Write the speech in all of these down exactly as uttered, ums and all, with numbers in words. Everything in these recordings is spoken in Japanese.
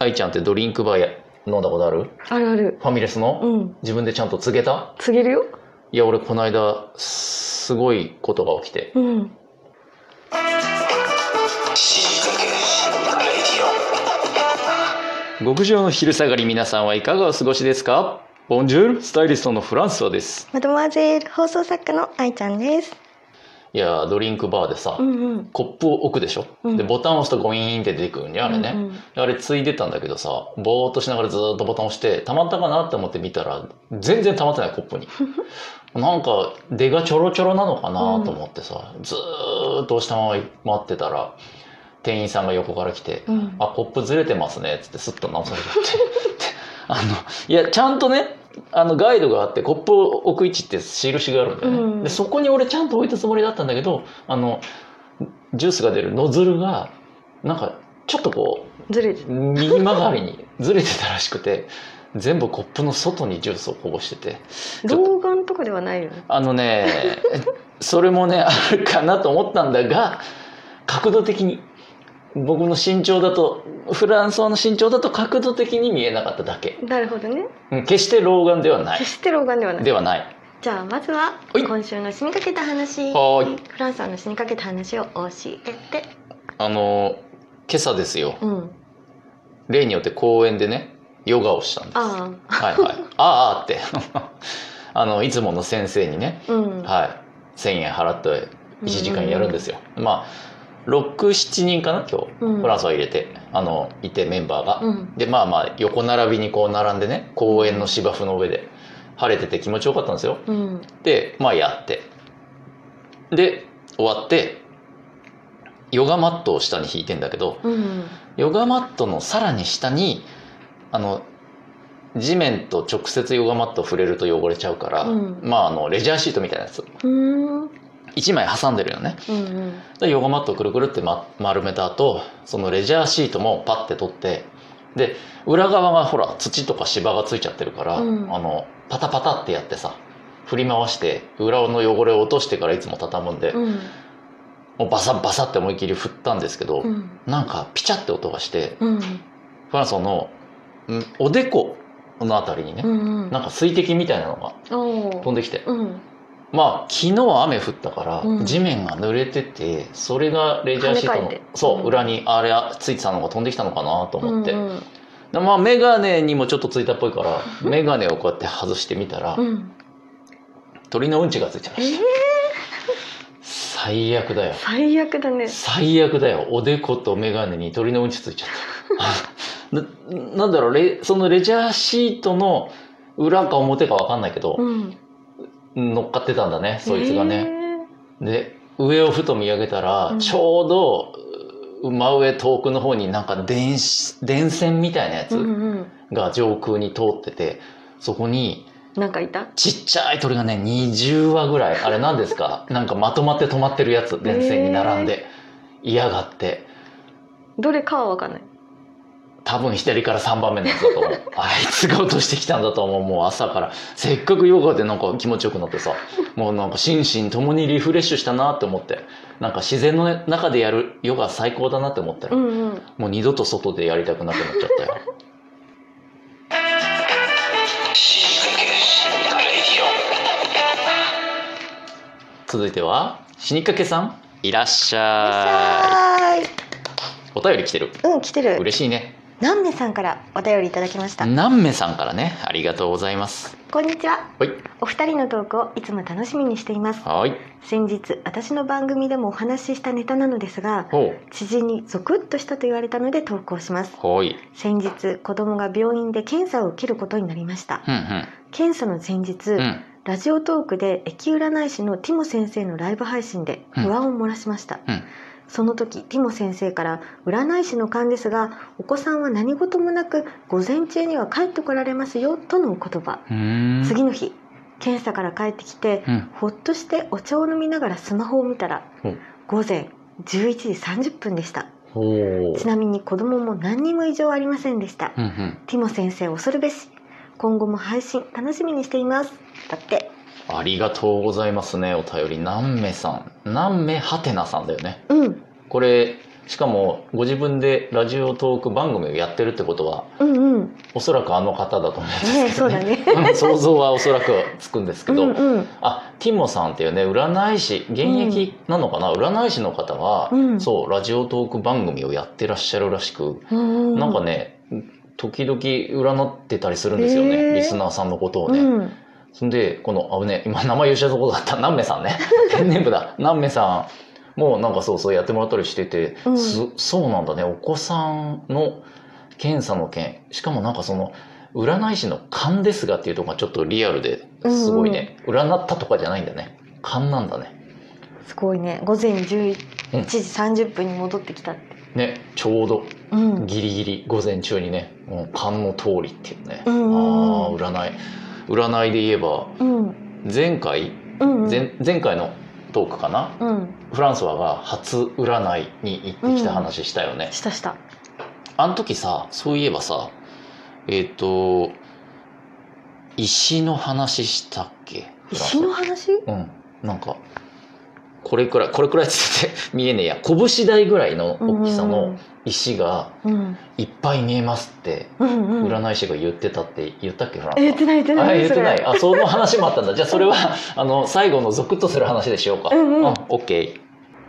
愛ちゃんってドリンクバーや飲んだことある？ あるある。 ファミレスの、 うん、 自分でちゃんと告げた？ 告げるよ。 いや俺この間すごいことが起きて、 うん、 極上の昼下がり、皆さんはいかがお過ごしですか？ボンジュール、スタイリストのフランソワです。 マドモアゼール、放送作家の愛ちゃんです。 いやドリンクバーでさ、 うんうん、 コップを置くでしょ、うん、でボタンを押すとゴイーンって出てくるんやあれね、うんうん、あれついでたんだけどさ、ぼーっとしながらずっとボタン押して溜まったかなって思って見たら全然溜まってないコップになんか出がちょろちょろなのかなと思ってさ、うん、ずーっと押したまま待ってたら店員さんが横から来て「うん、あコップずれてますね」っつってスッと直されてあのいやちゃんとねあのガイドがあってコップを置く位置って印があるんだよね、うん、でそこに俺ちゃんと置いたつもりだったんだけど、あのジュースが出るノズルがなんかちょっとこうずれて右曲がりにずれてたらしくて全部コップの外にジュースをこぼしてて、 老眼とかではないよね。 あのねそれもねあるかなと思ったんだが、角度的に僕の身長だとフランソワの身長だと角度的に見えなかっただけ。 なるほどね。 決して老眼ではない。 決して老眼ではない。 ではない。 じゃあまずは今週の死にかけた話。 はい。 フランソワの死にかけた話を教えて。 あの今朝ですよ。 うん、 例によって公園でねヨガをしたんです。 ああ。はいはい。ああってあのいつもの先生にね、うん、はいせんえん払っていちじかんやるんですよ。うんうん、まあ。ろく、しちにんかな今日、うん、フランスは入れてあのいてメンバーが、うん、でまあまあ横並びにこう並んでね公園の芝生の上で晴れてて気持ちよかったんですよ、うん、でまあやってで終わってヨガマットを下に引いてんだけど、うん、ヨガマットのさらに下にあの地面と直接ヨガマット触れると汚れちゃうから、うん、まああのレジャーシートみたいなやついちまい挟んでるよね、うんうん、でヨガマットをくるくるって、ま、丸めた後そのレジャーシートもパッて取ってで裏側がほら土とか芝がついちゃってるから、うん、あのパタパタってやってさ振り回して裏の汚れを落としてからいつも畳むんで、うん、もうバサバサって思いっきり振ったんですけど、うん、なんかピチャって音がして、うん、フランソのおでこのあたりにね、うんうん、なんか水滴みたいなのが飛んできて。うんまあ昨日は雨降ったから地面が濡れてて、それがレジャーシートのそう裏にあれついてたのが飛んできたのかなと思って、うんうん、まあ眼鏡にもちょっとついたっぽいから眼鏡をこうやって外してみたら、うん、鳥のうんちがついちゃいました、えー、最悪だよ。 最悪だね。 最悪だよ。おでこと眼鏡に鳥のうんちついちゃったな, なんだろうレそのレジャーシートの裏か表か分かんないけど、うん乗っかってたんだねそいつがね、えー、で上をふと見上げたら、うん、ちょうど真上遠くの方になんか 電, 電線みたいなやつが上空に通ってて、そこになんかいたちっちゃい鳥がねにじゅうわぐらいあれ何ですかなんかまとまって止まってるやつ電線に並んで、えー、嫌がってどれかは分かんない。 多分左からさんばんめのやつだと思うあいつが落としてきたんだと思う。もう朝からせっかくヨガでなんか気持ちよくなってさもうなんか心身ともにリフレッシュしたなって思って、なんか自然の中でやるヨガ最高だなって思ったら、うんうん、もう二度と外でやりたくなくなっちゃったよ続いては死にかけさんいらっしゃい。お便り来てる。 うん来てる。 嬉しいね。 南目さんからお便りいただきました。 南目さんからねありがとうございます。 こんにちは。 はい。 お二人のトークをいつも楽しみにしています。 はい。 先日私の番組でもお話ししたネタなのですが、知人にゾクッとしたと言われたので投稿します。 はい。 先日子供が病院で検査を受けることになりました。うんうん、検査の前日、うん、ラジオトークで駅占い師のティモ先生のライブ配信で不安を漏らしました。うんうんその時ティモ先生から占い師の勘ですがお子さんは何事もなく午前中には帰ってこられますよとのお言葉。次の日検査から帰ってきて、うん、ほっとしてお茶を飲みながらスマホを見たら、うん、午前じゅういちじさんじゅっぷんでした。ちなみに子供も何にも異常ありませんでした。うんうん、ティモ先生恐るべし。今後も配信楽しみにしています。だってありがとうございますね。お便り南目さん南目はてなさんだよね。 うんこれしかもご自分でラジオトーク番組をやってるってことは、 うんうん、 おそらくあの方だと思うんですけど、ね、 ね、そうだね想像はおそらくつくんですけど、 うん、うん、 あ、ティモさんっていうね占い師、現役なのかな、うん、占い師の方が、うん、そうラジオトーク番組をやってらっしゃるらしく、うん、なんかね時々占ってたりするんですよね、リスナーさんのことをね。うん、そんでこのあぶね今名前言っちゃうとこだった南明さんねペンネームだ南明さんもうなんかそうそうやってもらったりしてて、うん、そうなんだね、お子さんの検査の件、しかもなんかその占い師の勘ですがっていうところがちょっとリアルですごいね、うんうん、占ったとかじゃないんだね、勘なんだね。 すごいね、午前じゅういちじさんじゅっぷんに戻ってきたって、 うん、ね、ちょうどギリギリ午前中にね、もう勘の通りっていうね、うんうん、ああ占い占いで言えば、うん、前回、うんうん、前, 前回のトークかな、うん、フランソワが初占いに行ってきた話したよね、 うん、したした。 あの時さ、そういえばさ、えっと石の話したっけ？ 石の話？ うん、なんかこれくらいこれくらいつって見えねえや、拳大ぐらいの大きさの石がいっぱい見えますって占い師が言ってたって言ったっけ？フランスは。 言ってない言ってない。 あ、言ってない。あ、その話もあったんだ。じゃあそれはあの最後のゾクッとする話でしようか。うんうん。オッケー。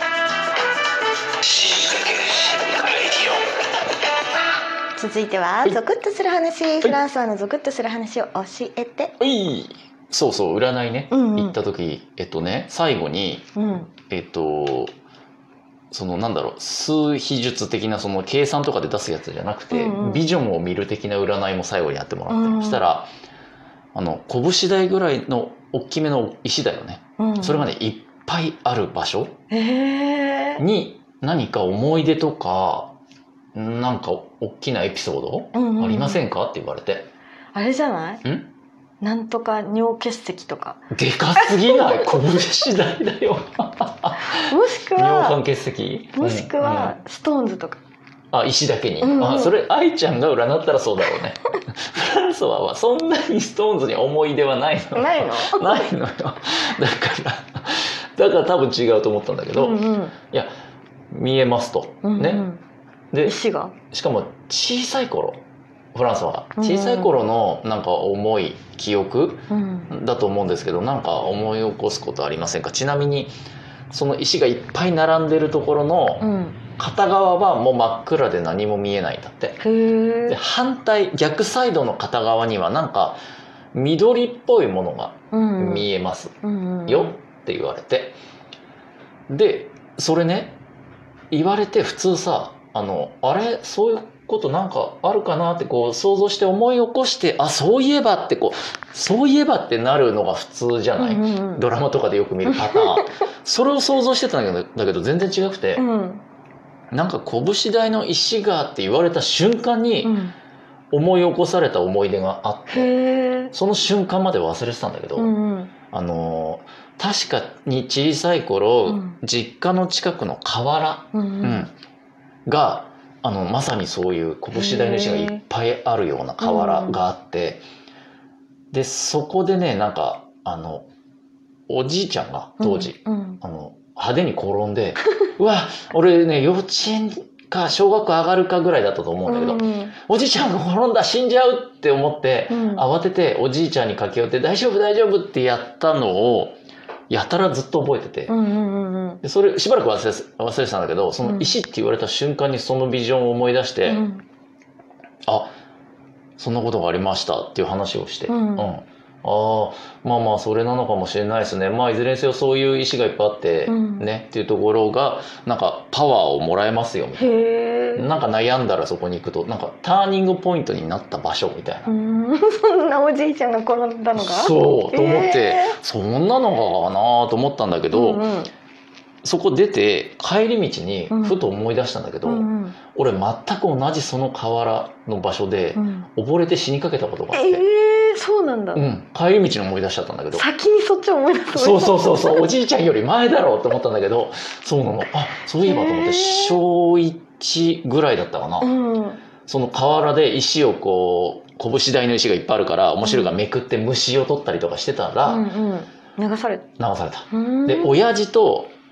続いてはゾクッとする話、はい、フランスはのゾクッとする話を教えて。 はい。そうそう、占いね、うんうん、行った時、えっとね、最後に、うん、えっとそのなんだろう、数秘術的なその計算とかで出すやつじゃなくて、うんうん、ビジョンを見る的な占いも最後にやってもらって、うんうん、したらあの拳大ぐらいの大きめの石だよね、うんうん、それがねいっぱいある場所に何か思い出とかなんか大きなエピソード、うんうん、ありませんかって言われて、 あれじゃない？んなんとか尿結石とか。 でかすぎない？拳大だよもしくは尿管結石、 もしくはストーンズとか、 うん、あ、石だけに、うんうん、あ、それ愛ちゃんが占ったらそうだろうねフランソワはそんなにストーンズに思い出はないのないのないのよだからだから多分違うと思ったんだけど、うんうん、いや見えますと、うんうん、ね、で石がしかも小さい頃、フランスは小さい頃のなんか思い記憶だと思うんですけど、なんか思い起こすことありませんか？ちなみにその石がいっぱい並んでるところの片側はもう真っ暗で何も見えないんだって。で反対逆サイドの片側にはなんか緑っぽいものが見えますよって言われて、でそれね言われて普通さ、あのあれそういうことなんかあるかなってこう想像して思い起こして、あ、そういえばってこうそういえばってなるのが普通じゃない、うんうんうん、ドラマとかでよく見るパターンそれを想像してたんだけど、だけど全然違くて、うん、なんか拳大の石がって言われた瞬間に思い起こされた思い出があって、うん、その瞬間まで忘れてたんだけど、うんうん、あの確かに小さい頃、うん、実家の近くの河原、うんうんうん、があのまさにそういう拳大の石がいっぱいあるような河原があって、うん、でそこでねなんかあのおじいちゃんが当時、うんうん、あの派手に転んでうわ俺ね幼稚園か小学校上がるかぐらいだったと思うんだけど、うん、おじいちゃんが転んだ死んじゃうって思って、うん、慌てておじいちゃんに駆け寄って大丈夫大丈夫ってやったのをやたらずっと覚えてて、うんうんうん、でそれしばらく忘れ忘れてたんだけど、その石って言われた瞬間にそのビジョンを思い出して、うん、あ、そんなことがありましたっていう話をして、うんうん、ああまあまあそれなのかもしれないですね、まあいずれにせよそういう石がいっぱいあって、うん、ねっていうところがなんかパワーをもらえますよみたいな、へなんか悩んだらそこに行くとなんかターニングポイントになった場所みたいな、 うんそんなおじいちゃんが転んだのがそうと思って、そんなのかなと思ったんだけど、うんうん、そこ出て帰り道にふと思い出したんだけど、うんうん、俺全く同じその河原の場所で溺れて死にかけたことがあって、うん、 えー、そうなんだ、 うん、帰り道に思い出しちゃったんだけど、 先にそっちを思い出すそうそうそうそうおじいちゃんより前だろうと思ったんだけど、そうなの、あ、そういえばと思ってしょういちぐらいだったかな、うん、その河原で石をこう拳大の石がいっぱいあるから面白いがめくって虫を取ったりとかしてたら、うんうん、 流され流された。で親父と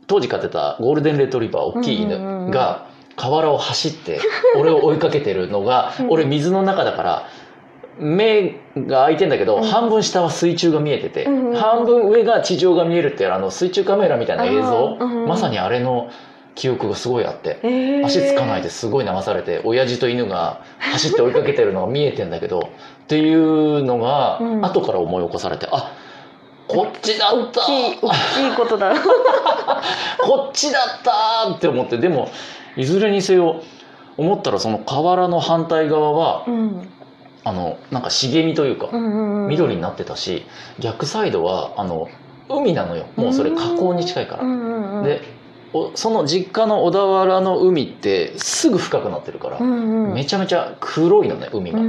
当時飼ってたゴールデンレトリバー大きい犬が河原を走って俺を追いかけてるのが、俺水の中だから目が開いてんだけど、うん、半分下は水中が見えてて、うん、半分上が地上が見えるっていうあの水中カメラみたいな映像、うん、まさにあれの記憶がすごいあって、えー、足つかないですごい流されて親父と犬が走って追いかけてるのが見えてんだけどっていうのが後から思い起こされて、あ、こっちだった大きい大きいことだこっちだったって思って、でもいずれにせよ思ったらその河原の反対側は、うん、あのなんか茂みというか、うんうんうん、緑になってたし、逆サイドはあの海なのよ。もうそれ河口に近いから、うんうんうん、でその実家の小田原の海ってすぐ深くなってるから、うんうん、めちゃめちゃ黒いのね海が、うん、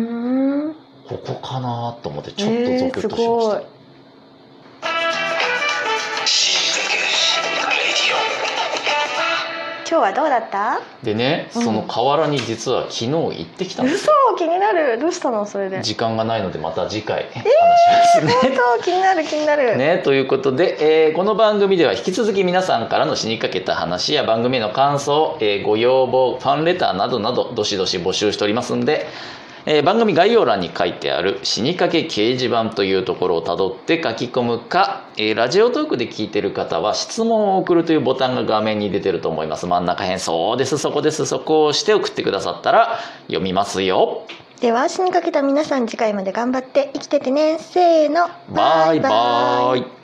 ここかなと思ってちょっとゾクッとしました、えー、 今日はどうだった？ でね、その河原に実は昨日行ってきたんですよ。嘘、気になる。どうしたのそれで？ 時間がないのでまた次回話しますね。えー、本当気になる気になる。 ね、ということで、えー、この番組では引き続き皆さんからの死にかけた話や番組への感想、えー、ご要望、ファンレターなどなどどしどし募集しておりますんで、えー、番組概要欄に書いてある死にかけ掲示板というところをたどって書き込むか、えー、ラジオトークで聞いてる方は質問を送るというボタンが画面に出てると思います。真ん中辺、そうです、そこです、そこを押して送ってくださったら読みますよ。 では死にかけた皆さん、次回まで頑張って生きててね。せーの、 バイバイ。